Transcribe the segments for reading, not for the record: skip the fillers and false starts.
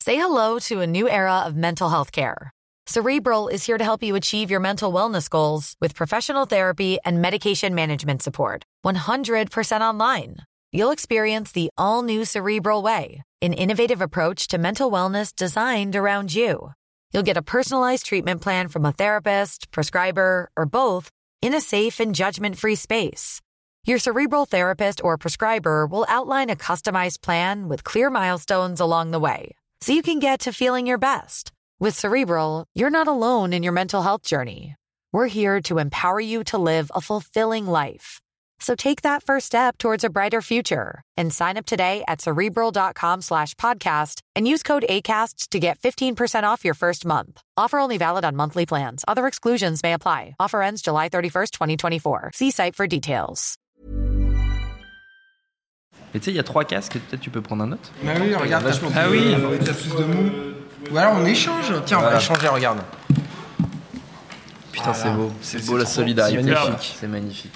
Say hello to a new era of mental health care. Cerebral is here to help you achieve your mental wellness goals with professional therapy and medication management support. 100% online. You'll experience the all-new Cerebral Way, an innovative approach to mental wellness designed around you. You'll get a personalized treatment plan from a therapist, prescriber, or both in a safe and judgment-free space. Your Cerebral therapist or prescriber will outline a customized plan with clear milestones along the way, so you can get to feeling your best. With Cerebral, you're not alone in your mental health journey. We're here to empower you to live a fulfilling life. So take that first step towards a brighter future and sign up today at Cerebral.com/podcast and use code ACAST to get 15% off your first month. Offer only valid on monthly plans. Other exclusions may apply. Offer ends July 31st, 2024. See site for details. Et tu sais, il y a 3 casques, peut-être tu peux prendre un autre. Ah oui, regarde, t'as plus Ah oui, t'as plus de mou. Ou alors on échange. Tiens, on va échanger, regarde. Putain, Voilà. c'est beau. C'est beau la solidarité. C'est magnifique. C'est magnifique.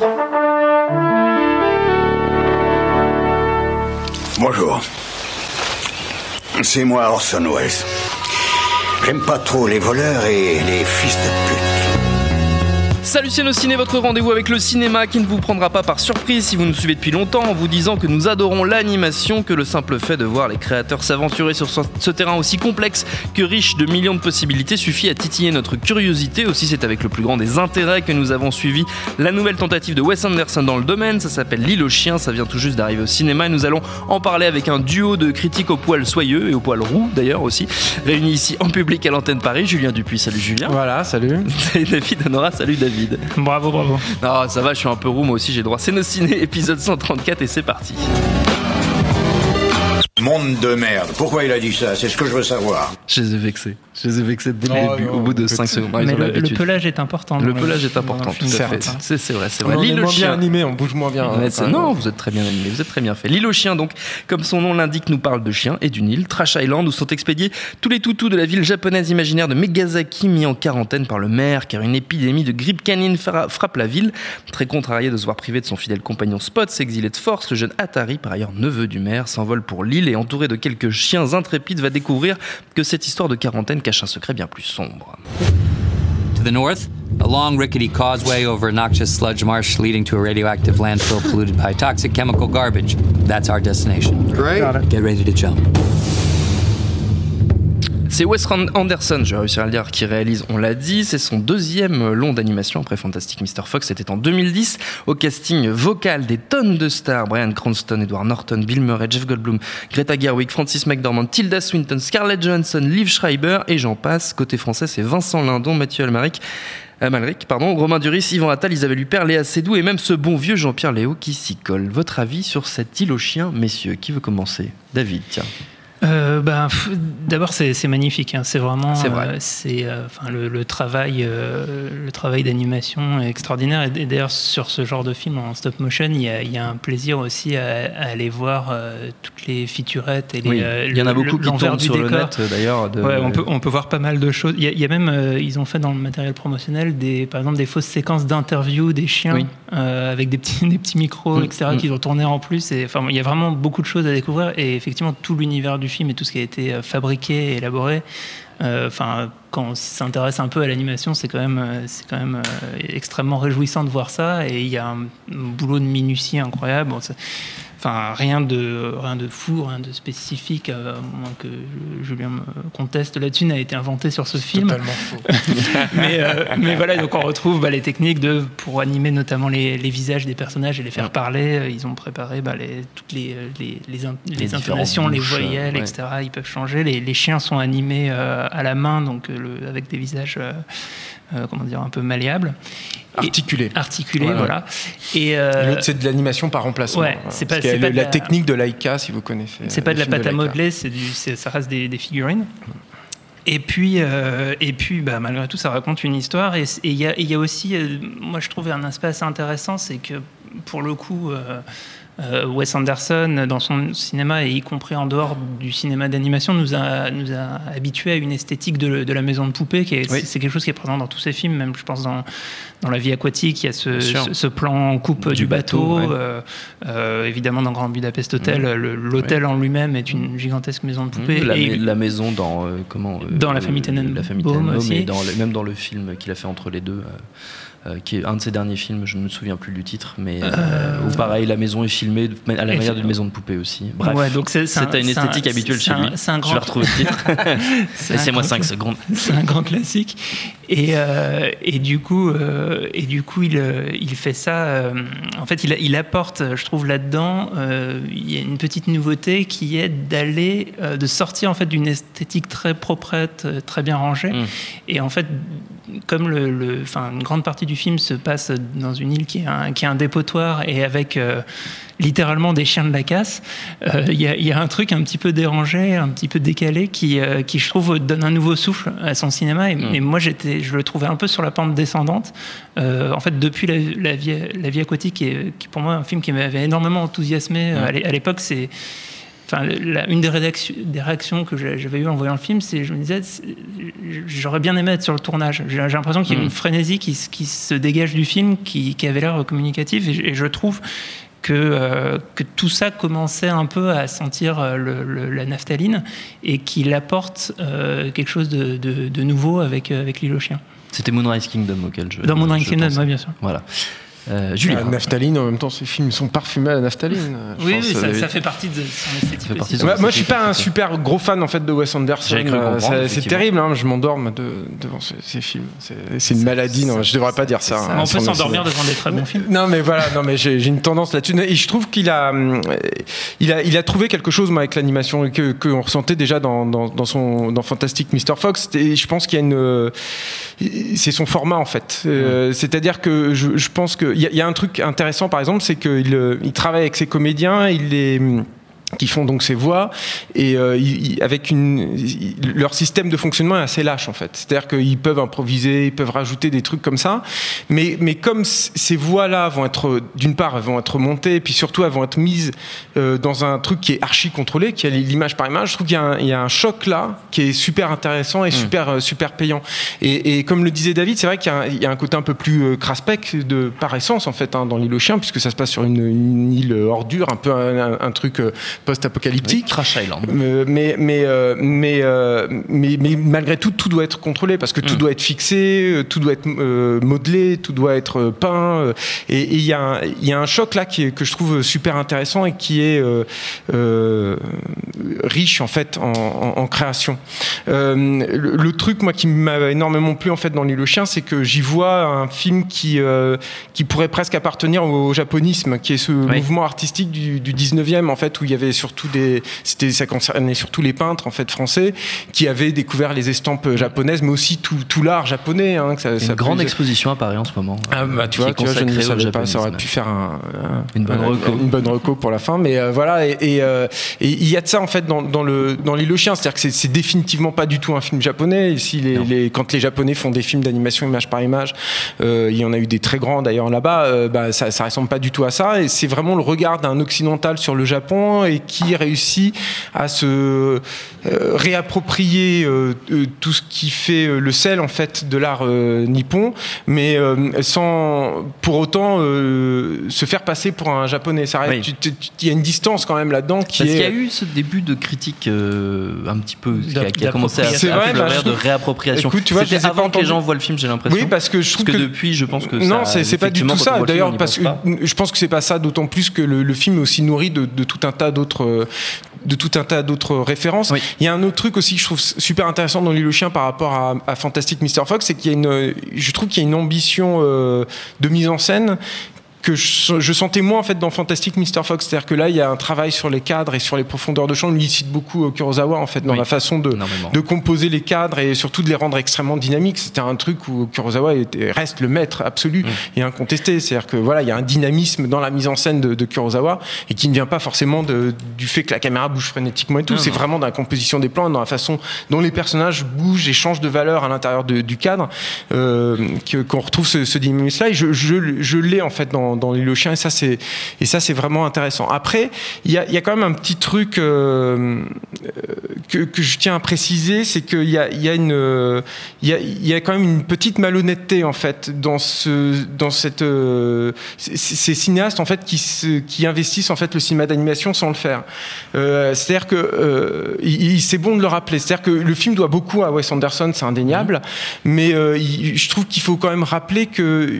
Bonjour. C'est moi Orson Welles. J'aime pas trop les voleurs et les fils de pute. Salut Ciné, votre rendez-vous avec le cinéma qui ne vous prendra pas par surprise si vous nous suivez depuis longtemps en vous disant que nous adorons l'animation, que le simple fait de voir les créateurs s'aventurer sur ce terrain aussi complexe que riche de millions de possibilités suffit à titiller notre curiosité. Aussi, c'est avec le plus grand des intérêts que nous avons suivi la nouvelle tentative de Wes Anderson dans le domaine. Ça s'appelle L'île aux chiens, ça vient tout juste d'arriver au cinéma et nous allons en parler avec un duo de critiques au poil soyeux et au poil roux d'ailleurs aussi, réunis ici en public à l'antenne Paris. Julien Dupuis, salut Julien. Voilà, salut. Salut David Honora, salut David. Bravo. Non, ça va, je suis un peu roux, moi aussi j'ai droit. C'est nos ciné, épisode 134 et c'est parti. Monde de merde. Pourquoi il a dit ça? C'est ce que je veux savoir. Je les ai vexés dès le début, au bout de 5 secondes. Mais le pelage est important. Le pelage est important, tout à fait. C'est vrai. On est L'île aux moins bien chiens. animé, on bouge moins bien. Non, vous êtes très bien animé, vous êtes très bien fait. L'île aux chiens, donc, comme son nom l'indique, nous parle de chiens et d'une île, Trash Island, où sont expédiés tous les toutous de la ville japonaise imaginaire de Megazaki, mis en quarantaine par le maire, car une épidémie de grippe canine frappe la ville. Très contrarié de se voir privé de son fidèle compagnon Spot, s'exilé de force, le jeune Atari, par ailleurs neveu du maire, s'envole pour l'île et entouré de quelques chiens intrépides va découvrir que cette histoire de quarantaine cache un secret bien plus sombre. To the north, a long rickety causeway over a noxious sludge marsh leading to a radioactive landfill polluted by toxic chemical garbage. That's our destination. Great. Get ready to jump. C'est Wes Anderson, je vais réussir à le dire, qui réalise, on l'a dit, c'est son deuxième long d'animation après Fantastic Mr. Fox, c'était en 2010, au casting vocal des tonnes de stars, Bryan Cranston, Edward Norton, Bill Murray, Jeff Goldblum, Greta Gerwig, Frances McDormand, Tilda Swinton, Scarlett Johansson, Liv Schreiber et j'en passe. Côté français, c'est Vincent Lindon, Mathieu Amalric, Romain Duris, Yvan Attal, Isabelle Huppert, Léa Seydoux et même ce bon vieux Jean-Pierre Léaud qui s'y colle. Votre avis sur cette île aux chiens, messieurs? Qui veut commencer? David, tiens. D'abord c'est magnifique, hein. C'est vraiment c'est vrai. Le travail d'animation est extraordinaire et d'ailleurs sur ce genre de film en stop motion il y a un plaisir aussi à aller voir toutes les featurettes et il y en a beaucoup qui tournent sur le net d'ailleurs. On peut voir pas mal de choses. Il y a même ils ont fait dans le matériel promotionnel par exemple des fausses séquences d'interviews des chiens avec des petits micros etc. qu'ils ont tourné en plus et il y a vraiment beaucoup de choses à découvrir et effectivement tout l'univers du film et tout ce qui a été fabriqué et élaboré. Quand on s'intéresse un peu à l'animation, c'est quand même extrêmement réjouissant de voir ça et il y a un boulot de minutie incroyable. Rien de fou, rien de spécifique, à moins que Julien me conteste là-dessus, n'a été inventé sur ce film. Totalement faux. mais voilà, donc on retrouve les techniques pour animer notamment les visages des personnages et les faire parler. Ils ont préparé toutes les intonations, les voyelles, etc. Ils peuvent changer. Les chiens sont animés à la main, donc avec des visages un peu malléables. Articulé, voilà. Et l'autre, c'est de l'animation par remplacement. Ouais, c'est pas la technique de Laika, si vous connaissez. C'est pas de la pâte à modeler, ça reste des figurines. Et puis, malgré tout, ça raconte une histoire. Et il y a aussi, moi, je trouvais un aspect assez intéressant, c'est que pour le coup, Wes Anderson, dans son cinéma, et y compris en dehors du cinéma d'animation, nous a habitués à une esthétique de la maison de poupée, c'est quelque chose qui est présent dans tous ses films, même je pense dans La vie aquatique, il y a ce plan en coupe du bateau. Évidemment, dans Grand Budapest Hotel, l'hôtel en lui-même est une gigantesque maison de poupée. La maison dans dans La famille Tenenbaum aussi. Et même dans le film qu'il a fait entre les deux. Qui est un de ses derniers films, je ne me souviens plus du titre, mais où pareil, la maison est filmée à la manière d'une maison de poupée aussi. Bref, donc c'était une esthétique habituelle chez lui. Je vais retrouver le titre. Laissez-moi 5 secondes. C'est un grand classique. Et du coup, il fait ça. En fait, il apporte, je trouve là-dedans, il y a une petite nouveauté qui est de sortir en fait d'une esthétique très proprette, très bien rangée. Et en fait, comme une grande partie du film se passe dans une île qui est un dépotoir et avec littéralement des chiens de la casse, il y a un truc un petit peu dérangé, un petit peu décalé qui je trouve donne un nouveau souffle à son cinéma et moi je le trouvais un peu sur la pente descendante. En fait, depuis la vie aquatique, qui est pour moi un film qui m'avait énormément enthousiasmé à l'époque, c'est une des réactions que j'avais eues en voyant le film, c'est je me disais j'aurais bien aimé être sur le tournage. J'ai l'impression qu'il y a une frénésie qui se dégage du film qui avait l'air communicatif et je trouve que tout ça commençait un peu à sentir la naphtaline et qu'il apporte quelque chose de nouveau avec L'île aux chiens. C'était Moonrise Kingdom auquel je Dans Moonrise Kingdom, oui, bien sûr. Voilà. Julien. La naphtaline, en même temps, ces films sont parfumés à la naphtaline. Oui, ça fait partie de son esthétique. Moi, je suis pas un super gros fan en fait de Wes Anderson. C'est terrible, hein, je m'endorme devant ces films. C'est une maladie. Non, je devrais pas dire ça. On peut s'endormir devant des très bons films. Non, mais voilà. Non, mais j'ai une tendance là-dessus. Et je trouve qu'il a trouvé quelque chose, moi, avec l'animation que on ressentait déjà dans Fantastic Mr. Fox. Et je pense qu'il y a c'est son format en fait. C'est-à-dire que je pense que il y a un truc intéressant, par exemple, c'est qu'il travaille avec ses comédiens, qui font donc ses voix et leur système de fonctionnement est assez lâche en fait. C'est-à-dire qu'ils peuvent improviser, ils peuvent rajouter des trucs comme ça, mais comme ces voix-là vont être, d'une part, elles vont être montées, et puis surtout elles vont être mises dans un truc qui est archi contrôlé, qui est l'image par image. Je trouve qu'il y a un choc là qui est super intéressant et super payant. Et comme le disait David, c'est vrai qu'il y a un côté un peu plus craspec par essence en fait dans L'île aux chiens, puisque ça se passe sur une île ordure, un peu un truc post-apocalyptique. Trash Island. Mais malgré tout doit être contrôlé parce que tout doit être fixé, tout doit être modelé, tout doit être peint. Et il y a un choc là que je trouve super intéressant et qui est riche en fait en création. Le truc moi qui m'a énormément plu en fait dans L'île aux chiens, c'est que j'y vois un film qui pourrait presque appartenir au japonisme, qui est ce mouvement artistique du 19e en fait, où il y avait surtout ça concernait surtout les peintres en fait français qui avaient découvert les estampes japonaises, mais aussi tout l'art japonais. Une grande exposition à Paris en ce moment. Tu vois, je ne savais pas. Ça aurait pu faire une bonne reco pour la fin, mais voilà. Et il y a de ça en fait dans L'île aux chiens, c'est-à-dire que c'est définitivement pas du tout un film japonais. Ici, quand les Japonais font des films d'animation image par image, il y en a eu des très grands d'ailleurs là-bas. Ça ressemble pas du tout à ça, et c'est vraiment le regard d'un occidental sur le Japon et qui réussit à se réapproprier tout ce qui fait le sel en fait de l'art nippon, mais sans pour autant se faire passer pour un japonais. Il y a une distance quand même là-dedans qu'il y a eu ce début de critique un petit peu qui a commencé à fleurir de réappropriation. Écoute, tu vois, c'était avant que les gens voient le film, j'ai l'impression. Oui, parce que je trouve que depuis, je pense que non, c'est pas du tout ça. D'ailleurs, parce que je pense que c'est pas ça, d'autant plus que le film est aussi nourri de tout un tas d'autres références. Oui. Il y a un autre truc aussi que je trouve super intéressant dans L'île aux chiens par rapport à Fantastic Mr. Fox, c'est je trouve qu'il y a une ambition de mise en scène que je sentais moins en fait dans Fantastic Mr. Fox, c'est-à-dire que là il y a un travail sur les cadres et sur les profondeurs de champ. Il cite beaucoup Kurosawa en fait dans la façon de composer les cadres et surtout de les rendre extrêmement dynamiques. C'était un truc où Kurosawa reste le maître absolu et incontesté, c'est-à-dire que voilà, il y a un dynamisme dans la mise en scène de Kurosawa et qui ne vient pas forcément du fait que la caméra bouge frénétiquement et tout. C'est vraiment dans la composition des plans, dans la façon dont les personnages bougent et changent de valeur à l'intérieur du cadre qu'on retrouve ce dynamisme-là. Et je l'ai en fait dans dans L'île aux chiens, et ça c'est vraiment intéressant. Après, il y a quand même un petit truc que je tiens à préciser, c'est qu'il y a quand même une petite malhonnêteté en fait dans cette ces cinéastes en fait qui investissent en fait le cinéma d'animation sans le faire. C'est-à-dire que c'est bon de le rappeler. C'est-à-dire que le film doit beaucoup à Wes Anderson, c'est indéniable, mais je trouve qu'il faut quand même rappeler que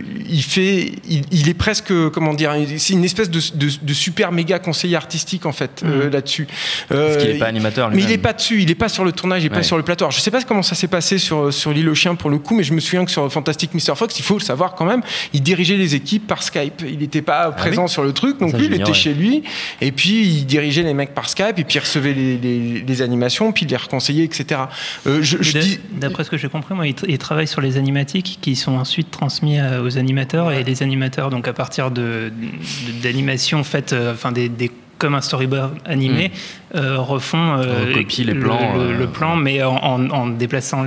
il est presque, comment dire, c'est une espèce de super méga conseiller artistique en fait là-dessus. Parce qu'il n'est pas animateur lui-même. Mais il n'est pas dessus, il n'est pas sur le tournage, il n'est pas sur le plateau. Alors, je ne sais pas comment ça s'est passé sur L'île aux chiens pour le coup, mais je me souviens que sur Fantastic Mr. Fox, il faut le savoir quand même, il dirigeait les équipes par Skype. Il n'était pas présent sur le truc, donc ça, lui il était chez lui, et puis il dirigeait les mecs par Skype, et puis il recevait les animations, puis il les reconseillait, etc. D'après ce que j'ai compris, moi, il travaille sur les animatiques qui sont ensuite transmis aux animateurs, et les animateurs, donc à partir d'animations faites, comme un storyboard animé, refont recopie les plans, le plan, mais en déplaçant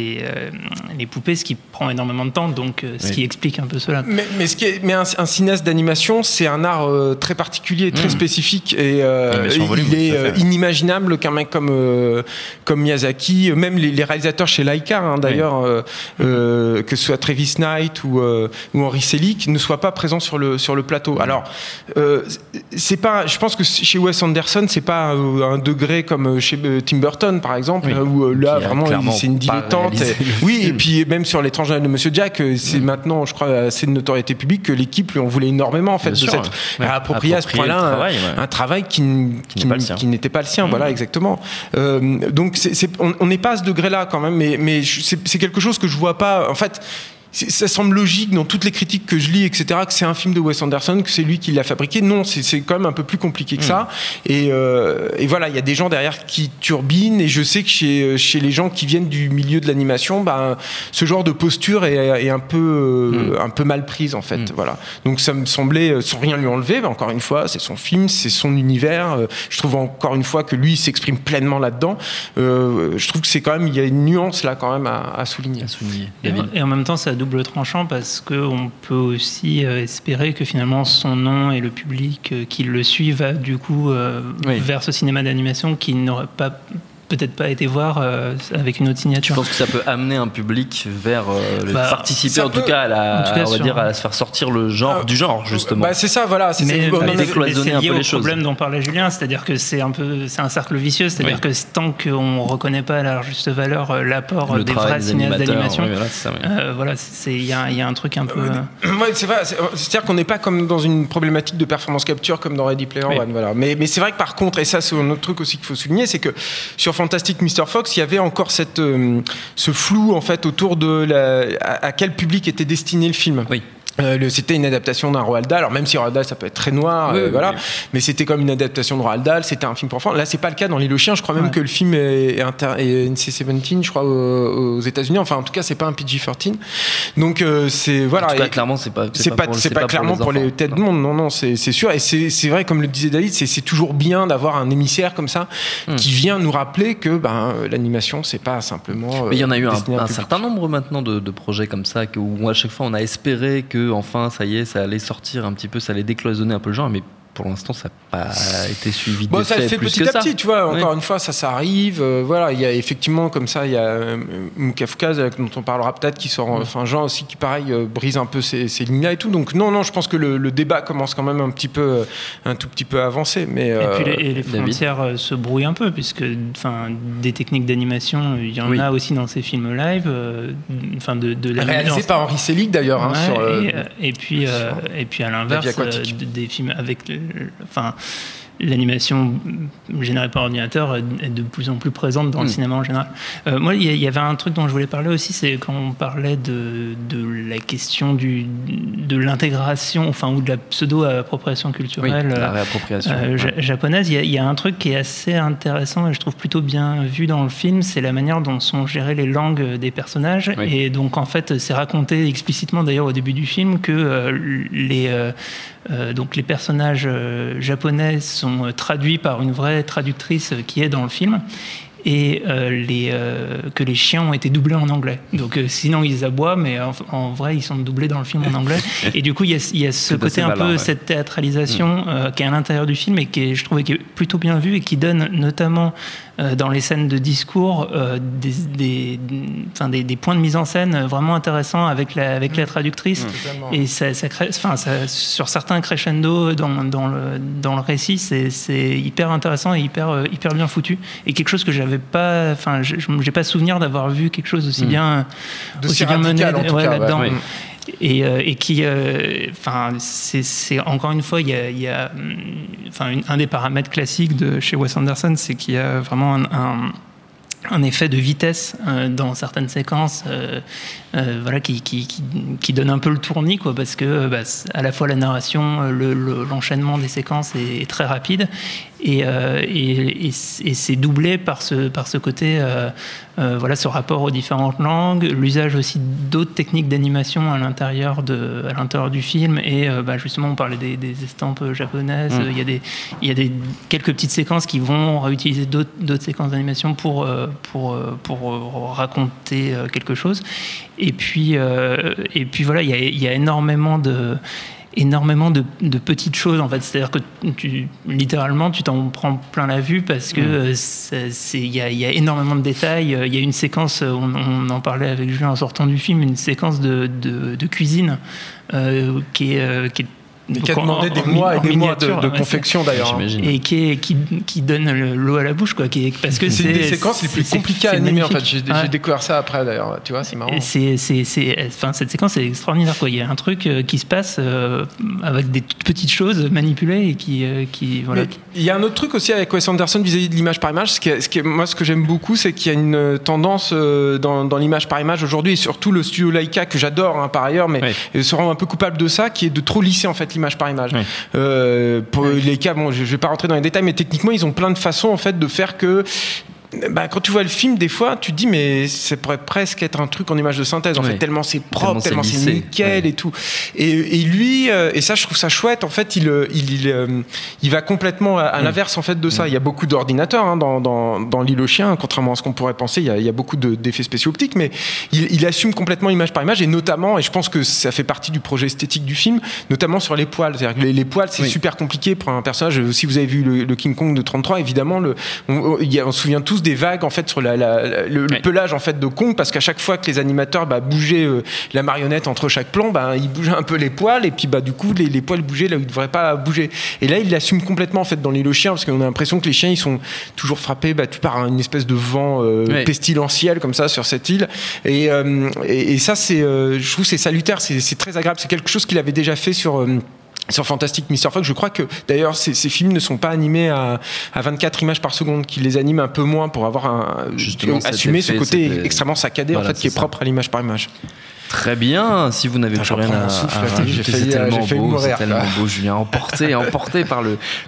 les poupées, ce qui prend énormément de temps, donc ce qui explique un peu cela. Mais un cinéaste d'animation, c'est un art très particulier, très spécifique, et il est inimaginable qu'un mec comme Miyazaki, même les réalisateurs chez Laika, d'ailleurs, que ce soit Travis Knight ou Henry Selick, ne soient pas présents sur le plateau. Alors, c'est pas, je pense que chez Wes Anderson, c'est pas un degré comme chez Tim Burton par exemple, où là vraiment c'est une dilettante. Et puis même sur L'étrange Noël de Monsieur Jack, c'est maintenant, je crois, assez de notoriété publique que l'équipe lui en voulait énormément en fait, de s'être approprié à ce point-là un travail qui n'était pas le sien. Voilà, exactement. Donc on n'est pas à ce degré-là quand même, mais c'est quelque chose que je vois pas en fait. Ça semble logique dans toutes les critiques que je lis, etc., que c'est un film de Wes Anderson, que c'est lui qui l'a fabriqué. Non, c'est quand même un peu plus compliqué que ça. Et voilà, il y a des gens derrière qui turbinent, et je sais que chez les gens qui viennent du milieu de l'animation, ce genre de posture est un peu mal prise en fait. Voilà. Donc ça me semblait, sans rien lui enlever, mais encore une fois, c'est son film, c'est son univers. Je trouve encore une fois que lui s'exprime pleinement là-dedans. Je trouve que c'est quand même, il y a une nuance là quand même à souligner. Et en même temps, ça double tranchant, parce qu'on peut aussi espérer que finalement son nom et le public qui le suit va du coup vers ce cinéma d'animation qui n'aurait peut-être pas été voir avec une autre signature. Je pense que ça peut amener un public vers participer en tout cas à se faire sortir le genre du genre justement. C'est ça, voilà. Mais c'est lié au problème dont parlait Julien, c'est-à-dire que c'est un cercle vicieux, c'est-à-dire que tant qu'on reconnaît pas à la juste valeur l'apport des vrais cinéastes d'animation, il y a un truc un peu. C'est vrai, c'est-à-dire qu'on n'est pas comme dans une problématique de performance capture comme dans Ready Player One, voilà. Mais c'est vrai que par contre, et ça c'est un autre truc aussi qu'il faut souligner, c'est que sur Fantastic Mr. Fox, il y avait encore ce flou en fait autour de à quel public était destiné le film. Oui. C'était une adaptation d'un Roald Dahl, alors même si Roald Dahl ça peut être très noir, mais c'était comme une adaptation de Roald Dahl, c'était un film pour enfants. Là c'est pas le cas dans L'île aux chiens, je crois même que le film est NC-17 je crois aux États-Unis, enfin en tout cas c'est pas un PG-13, donc c'est voilà. En tout cas, clairement c'est pas clairement pour les têtes de monde, non c'est sûr, et c'est vrai comme le disait David, c'est toujours bien d'avoir un émissaire comme ça qui vient nous rappeler que l'animation c'est pas simplement. Mais il y en a eu un certain nombre maintenant de projets comme ça où à chaque fois on a espéré que enfin ça y est, ça allait sortir un petit peu, ça allait décloisonner un peu le genre, mais pour l'instant ça n'a pas été suivi de ça fait petit à petit, tu vois, encore une fois ça arrive, voilà, il y a effectivement comme ça, il y a Moukafkaz dont on parlera peut-être qui sort fin juin aussi, qui pareil brise un peu ces lignes-là et tout, donc non je pense que le débat commence quand même un tout petit peu à avancer, mais et puis les frontières se brouillent un peu, puisque des techniques d'animation il y en a aussi dans ces films live, de la réalisé par Henry Selick d'ailleurs, et puis à l'inverse des films avec l'animation générée par ordinateur est de plus en plus présente dans le cinéma en général. Moi, il y avait un truc dont je voulais parler aussi, c'est quand on parlait de la question de l'intégration, ou de la pseudo-appropriation culturelle la réappropriation, japonaise. Il y a un truc qui est assez intéressant et je trouve plutôt bien vu dans le film, c'est la manière dont sont gérées les langues des personnages. Et donc, en fait, c'est raconté explicitement d'ailleurs au début du film que donc les personnages japonais sont traduits par une vraie traductrice qui est dans le film. et que les chiens ont été doublés en anglais. Donc sinon ils aboient, mais en vrai ils sont doublés dans le film en anglais. Et du coup il y a ce côté un peu cette théâtralisation qui est à l'intérieur du film et qui je trouvais qui est plutôt bien vu et qui donne notamment dans les scènes de discours des points de mise en scène vraiment intéressants avec la traductrice. Et ça crée, sur certains crescendo dans le récit, c'est hyper intéressant et hyper bien foutu. Et quelque chose que j'avais pas, j'ai pas souvenir d'avoir vu quelque chose aussi bien mené là-dedans. Oui. Et qui, c'est encore une fois, il y a un des paramètres classiques de chez Wes Anderson, c'est qu'il y a vraiment un effet de vitesse dans certaines séquences, qui donne un peu le tournis, quoi, parce que à la fois la narration, l'enchaînement des séquences est très rapide, et c'est doublé par ce côté, ce rapport aux différentes langues, l'usage aussi d'autres techniques d'animation à l'intérieur du film, et justement on parlait des estampes japonaises. Il y a quelques petites séquences qui vont réutiliser d'autres séquences d'animation pour raconter quelque chose. Et puis voilà, il y a énormément de petites choses en fait, c'est-à-dire que littéralement tu t'en prends plein la vue parce que il y a énormément de détails. Il y a une séquence, on en parlait avec Julien en sortant du film, une séquence de cuisine qui est qui a demandé des mois et des mois de confection d'ailleurs, et qui donne l'eau à la bouche, quoi. Parce que c'est une des séquences les plus compliquées à animer, en fait. J'ai découvert ça après d'ailleurs, tu vois, c'est marrant. Cette séquence est extraordinaire, quoi. Il y a un truc qui se passe avec des toutes petites choses manipulées et qui voilà. Il y a un autre truc aussi avec Wes Anderson vis-à-vis de l'image par image. Moi, ce que j'aime beaucoup, c'est qu'il y a une tendance dans l'image par image aujourd'hui, et surtout le studio Laika que j'adore par ailleurs, mais se rend un peu coupable de ça, qui est de trop lisser en fait image par image. Pour les cas, je vais pas rentrer dans les détails, mais techniquement ils ont plein de façons en fait de faire que quand tu vois le film, des fois, tu te dis mais ça pourrait presque être un truc en image de synthèse en fait, tellement c'est propre, tellement c'est nickel et tout. Et lui, et ça je trouve ça chouette. En fait, il va complètement à l'inverse en fait de ça. Il y a beaucoup d'ordinateurs dans L'île aux chiens, contrairement à ce qu'on pourrait penser. Il y a beaucoup d'effets spéciaux optiques, mais il assume complètement image par image, et notamment, et je pense que ça fait partie du projet esthétique du film, notamment sur les poils. C'est-à-dire que les poils, c'est super compliqué pour un personnage. Si vous avez vu le King Kong de 33, évidemment, on se souvient tous des vagues en fait sur le pelage en fait de Kong, parce qu'à chaque fois que les animateurs bougeaient la marionnette entre chaque plan, ils bougeaient un peu les poils, et puis du coup les poils bougeaient là où ils ne devraient pas bouger. Et là il l'assume complètement en fait dans L'île aux chiens, parce qu'on a l'impression que les chiens ils sont toujours frappés par une espèce de vent pestilentiel comme ça sur cette île, et ça c'est je trouve c'est salutaire, c'est très agréable. C'est quelque chose qu'il avait déjà fait sur Fantastic Mr. Fox. Je crois que d'ailleurs ces films ne sont pas animés à 24 images par seconde, qu'ils les animent un peu moins pour avoir assumer ce côté extrêmement saccadé en fait, qui est propre à l'image par image. Très bien, si vous n'avez plus rien à rajouter, c'est tellement beau, Julien, emporté par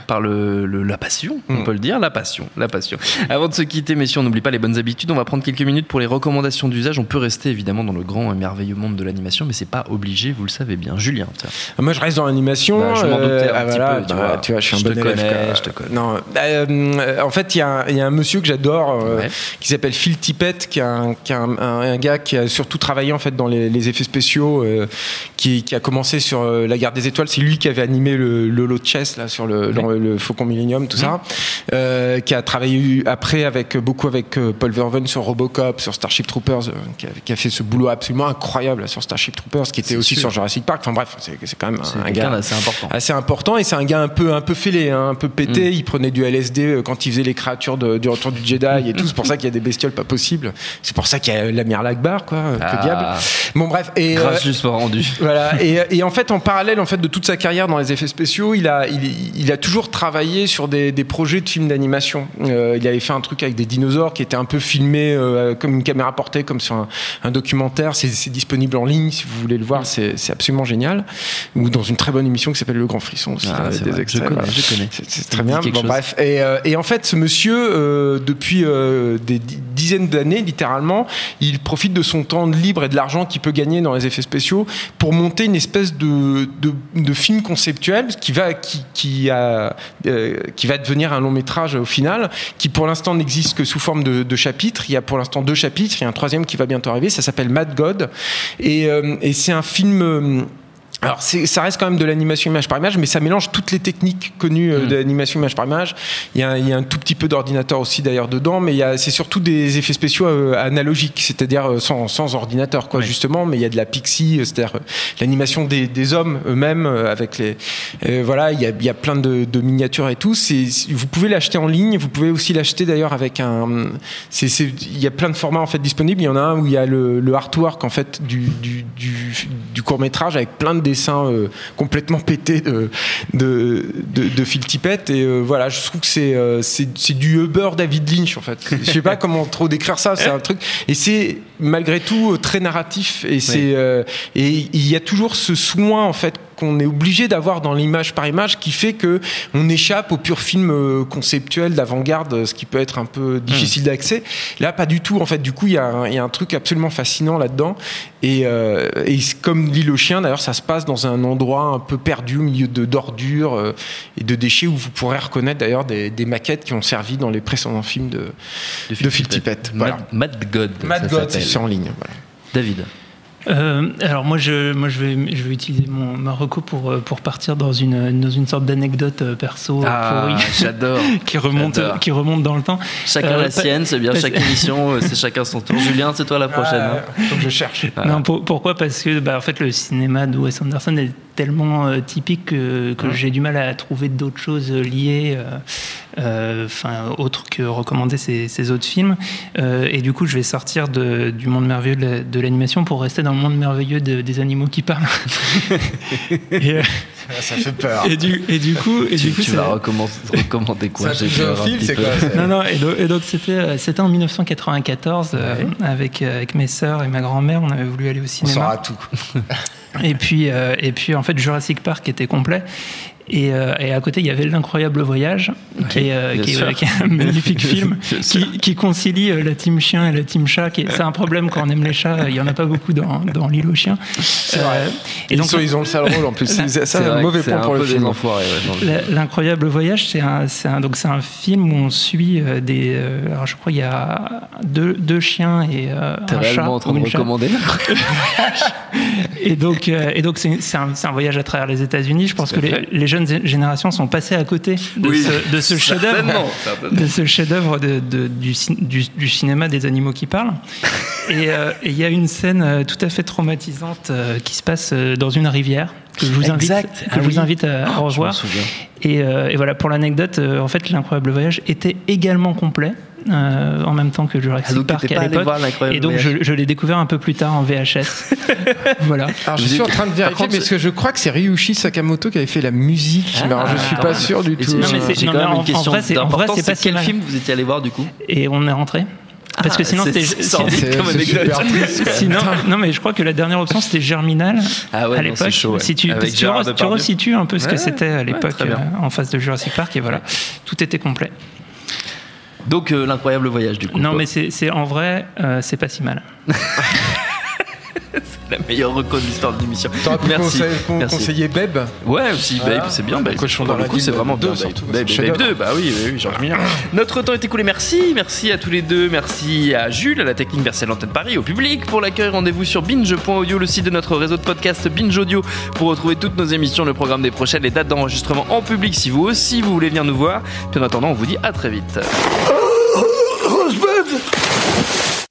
la passion, on peut le dire, la passion. Avant de se quitter, messieurs, on n'oublie pas les bonnes habitudes, on va prendre quelques minutes pour les recommandations d'usage. On peut rester évidemment dans le grand et merveilleux monde de l'animation, mais c'est pas obligé, vous le savez bien. Julien, tiens. Moi je reste dans l'animation, je m'en doutais un petit peu, tu vois, je suis un bon élève. Je te connais. Non, en fait, il y a un monsieur que j'adore qui s'appelle Phil Tippett, qui est un gars qui a surtout travaillé en fait dans les effets spéciaux, qui a commencé sur La Guerre des Étoiles. C'est lui qui avait animé le Lolo Chess là, sur le Faucon Millennium, tout ça, qui a travaillé après beaucoup avec Paul Verhoeven sur Robocop, sur Starship Troopers, qui a fait ce boulot absolument incroyable là, sur Starship Troopers, qui était aussi sur Jurassic Park. Enfin bref, c'est quand même un gars assez important, et c'est un gars un peu fêlé, un peu pété. Il prenait du LSD quand il faisait les créatures du Retour du Jedi et tout. C'est pour ça qu'il y a des bestioles pas possibles. C'est pour ça qu'il y a l'amiral Akbar, quoi, que diable. Bon bref, grâce juste pas rendu. Voilà, et en fait en parallèle en fait de toute sa carrière dans les effets spéciaux, il a toujours travaillé sur des projets de films d'animation. Il avait fait un truc avec des dinosaures qui était un peu filmé comme une caméra portée, comme sur un documentaire. C'est disponible en ligne si vous voulez le voir. C'est absolument génial. Ou dans une très bonne émission qui s'appelle Le Grand Frisson aussi. Des extraits. Je connais. C'est très bien. Bon, bref. Et en fait ce monsieur depuis des dizaines d'années littéralement, il profite de son temps libre et de l'argent qu'il peut peu gagné dans les effets spéciaux pour monter une espèce de film conceptuel qui va devenir un long métrage au final, qui pour l'instant n'existe que sous forme de chapitres. Il y a pour l'instant 2 chapitres, il y a un 3e qui va bientôt arriver, ça s'appelle Mad God, et c'est un film... Alors ça reste quand même de l'animation image par image, mais ça mélange toutes les techniques connues de l'animation image par image. Il y a un tout petit peu d'ordinateur aussi d'ailleurs dedans, mais c'est surtout des effets spéciaux analogiques, c'est-à-dire sans ordinateur quoi, justement. Mais il y a de la pixie, c'est-à-dire l'animation des hommes eux-mêmes avec les voilà. Il y a plein de miniatures et tout. Vous pouvez l'acheter en ligne. Vous pouvez aussi l'acheter d'ailleurs avec un. Il y a plein de formats en fait disponibles. Il y en a un où il y a le artwork en fait du court métrage avec plein de dessins complètement pétés de Phil Tippett, et voilà, je trouve que c'est du Uber David Lynch en fait. Je sais pas comment trop décrire ça, c'est un truc, et c'est malgré tout très narratif, et et il y a toujours ce soin en fait qu'on est obligé d'avoir dans l'image par image qui fait que on échappe au pur film conceptuel d'avant-garde, ce qui peut être un peu difficile d'accès. Là, pas du tout. En fait, du coup, il y a un truc absolument fascinant là-dedans. Et comme L'île aux chiens, d'ailleurs, ça se passe dans un endroit un peu perdu au milieu d'ordures et de déchets, où vous pourrez reconnaître d'ailleurs des maquettes qui ont servi dans les précédents films de Phil Tippett. Voilà. Mad God, c'est en ligne. Voilà. David. Alors moi je vais utiliser ma reco pour partir dans une sorte d'anecdote perso pourrie. J'adore. qui remonte dans le temps. Chacun la sienne, c'est bien. Chaque émission, c'est chacun son tour. Julien, c'est toi la prochaine. Faut que je cherche. Non, pourquoi ? Parce que en fait le cinéma de Wes Anderson est tellement typique que j'ai du mal à trouver d'autres choses liées, autres que recommander ces autres films. Et du coup, je vais sortir du monde merveilleux de l'animation pour rester dans le monde merveilleux des animaux qui parlent. Ça fait peur. Et du coup, tu vas recommander quoi? C'est un film, c'est quoi? Non. Et donc c'était en 1994 avec mes sœurs et ma grand-mère. On avait voulu aller au cinéma. On saura tout. Et puis en fait Jurassic Park était complet. Et à côté, il y avait L'Incroyable Voyage, qui est un magnifique film qui concilie la team chien et la team chat. C'est un problème quand on aime les chats. Il n'y en a pas beaucoup dans L'île aux chiens. C'est vrai. Et donc, ils ont le sale rôle en plus. C'est un mauvais point pour le film. L'Incroyable Voyage, c'est un film où on suit alors je crois qu'il y a deux chiens et un chat. En train de recommander Et donc c'est un voyage à travers les États-Unis. Je pense que les jeunes générations sont passées à côté de ce chef-d'œuvre du cinéma des animaux qui parlent. Et il y a une scène tout à fait traumatisante qui se passe dans une rivière que je vous invite à revoir. Et voilà, pour l'anecdote, en fait, L'Incroyable Voyage était également complet. En même temps que Jurassic Park à l'époque, et donc je l'ai découvert un peu plus tard en VHS. Voilà. Alors je suis en train de vérifier, mais je crois que c'est Ryuichi Sakamoto qui avait fait la musique. Alors je suis pas sûr du tout. J'ai quand même une question d'importance. C'est pas quel film vous étiez allé voir du coup? Et on est rentré. Parce que sinon c'était non mais je crois que la dernière option c'était Germinal à l'époque. Si tu resitues un peu ce que c'était à l'époque en face de Jurassic Park, et voilà, tout était complet. Donc L'Incroyable Voyage du coup. Non mais c'est en vrai c'est pas si mal. C'est la meilleure reco de l'histoire de l'émission. Merci. Conseiller Babe. Ouais aussi Babe, c'est bien. Babe. Cochon dans le coup, c'est vraiment bien. Babe 2, bah oui, Georges Miller. Notre temps est écoulé. Merci à tous les deux. Merci à Jules, à la technique, merci à l'antenne Paris, au public pour l'accueil. Rendez-vous sur binge.audio, le site de notre réseau de podcast Binge Audio, pour retrouver toutes nos émissions, le programme des prochaines, les dates d'enregistrement en public si vous aussi vous voulez venir nous voir. Puis en attendant, on vous dit à très vite. Rosebud.